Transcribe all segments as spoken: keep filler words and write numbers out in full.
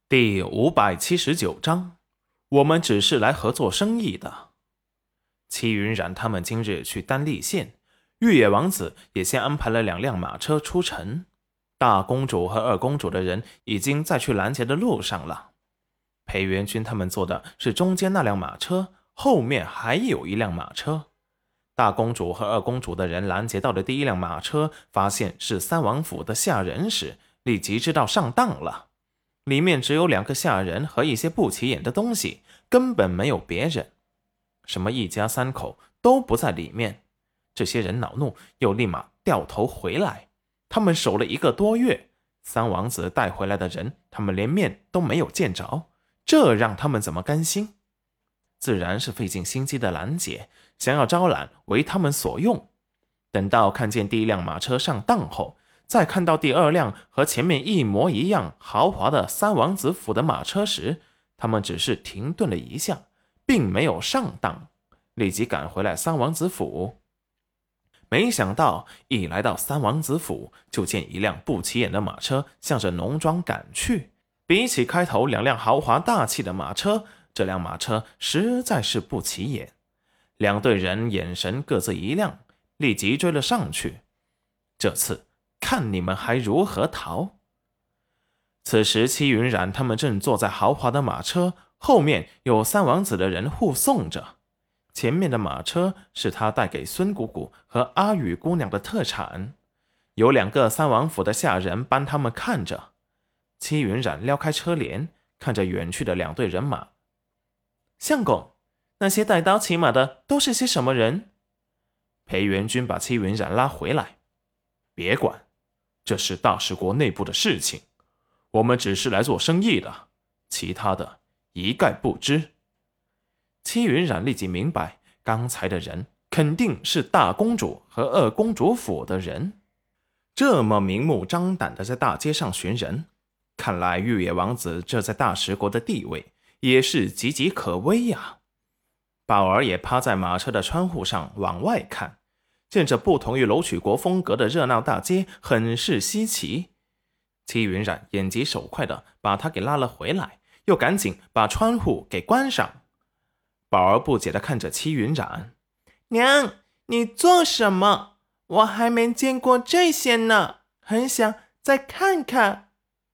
第五百七十九章，我们只是来合作生意的。戚云染他们今日去丹立县，玉野王子也先安排了两辆马车出城。大公主和二公主的人已经在去拦截的路上了。裴元君他们坐的是中间那辆马车，后面还有一辆马车。大公主和二公主的人拦截到的第一辆马车，发现是三王府的下人时，立即知道上当了。里面只有两个下人和一些不起眼的东西，根本没有别人。什么一家三口都不在里面。这些人恼怒，又立马掉头回来。他们守了一个多月，三王子带回来的人，他们连面都没有见着，这让他们怎么甘心？自然是费尽心机的拦截，想要招揽为他们所用。等到看见第一辆马车上当后，再看到第二辆和前面一模一样豪华的三王子府的马车时，他们只是停顿了一下，并没有上当，立即赶回来三王子府。没想到一来到三王子府，就见一辆不起眼的马车向着农庄赶去。比起开头两辆豪华大气的马车，这辆马车实在是不起眼。两队人眼神各自一亮，立即追了上去。这次看你们还如何逃！此时戚云染他们正坐在豪华的马车，后面有三王子的人护送着。前面的马车是他带给孙姑姑和阿雨姑娘的特产，有两个三王府的下人帮他们看着。戚云染撩开车帘，看着远去的两队人马。相公，那些带刀骑马的都是些什么人？裴元君把戚云染拉回来。别管，这是大食国内部的事情，我们只是来做生意的，其他的一概不知。戚云染立即明白，刚才的人肯定是大公主和二公主府的人，这么明目张胆的在大街上寻人，看来玉野王子这在大食国的地位也是岌岌可危呀。宝儿也趴在马车的窗户上往外看，见这不同于楼曲国风格的热闹大街，很是稀奇。戚云染眼疾手快的把他给拉了回来，又赶紧把窗户给关上。宝儿不解的看着戚云染， 娘，你做什么？我还没见过这些呢，很想再看看。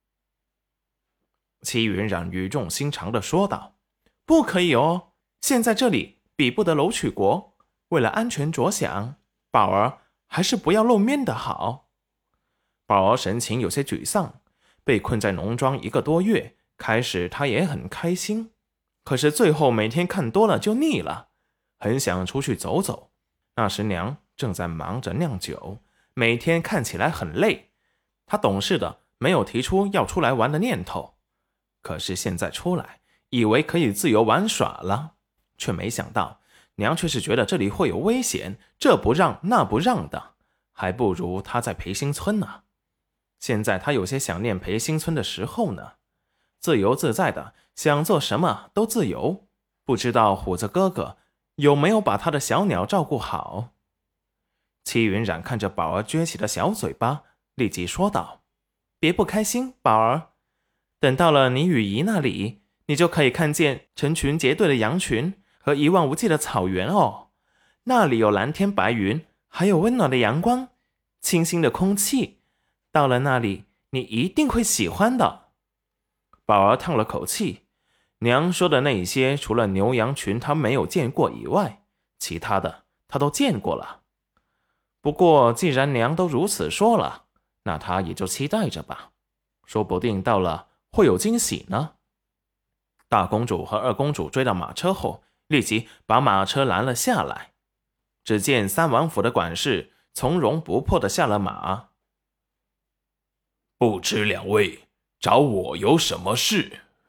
戚云染语重心长的说道，不可以哦，现在这里比不得楼曲国，为了安全着想，宝儿还是不要露面的好。宝儿神情有些沮丧，被困在农庄一个多月，开始他也很开心，可是最后每天看多了就腻了，很想出去走走。那时娘正在忙着酿酒，每天看起来很累，他懂事的没有提出要出来玩的念头。可是现在出来，以为可以自由玩耍了，却没想到娘却是觉得这里会有危险，这不让那不让的，还不如他在培新村呢。现在他有些想念培新村的时候呢，自由自在的，想做什么都自由。不知道虎子哥哥有没有把他的小鸟照顾好？戚云染看着宝儿撅起的小嘴巴，立即说道，别不开心，宝儿，等到了你雨姨那里，你就可以看见成群结队的羊群和一望无际的草原哦。那里有蓝天白云，还有温暖的阳光，清新的空气，到了那里你一定会喜欢的。宝儿叹了口气，娘说的那些除了牛羊群他没有见过以外，其他的他都见过了。不过既然娘都如此说了，那他也就期待着吧，说不定到了会有惊喜呢。大公主和二公主追到马车后，立即把马车拦了下来。只见三王府的管事从容不迫地下了马。 不知两位找我有什么事？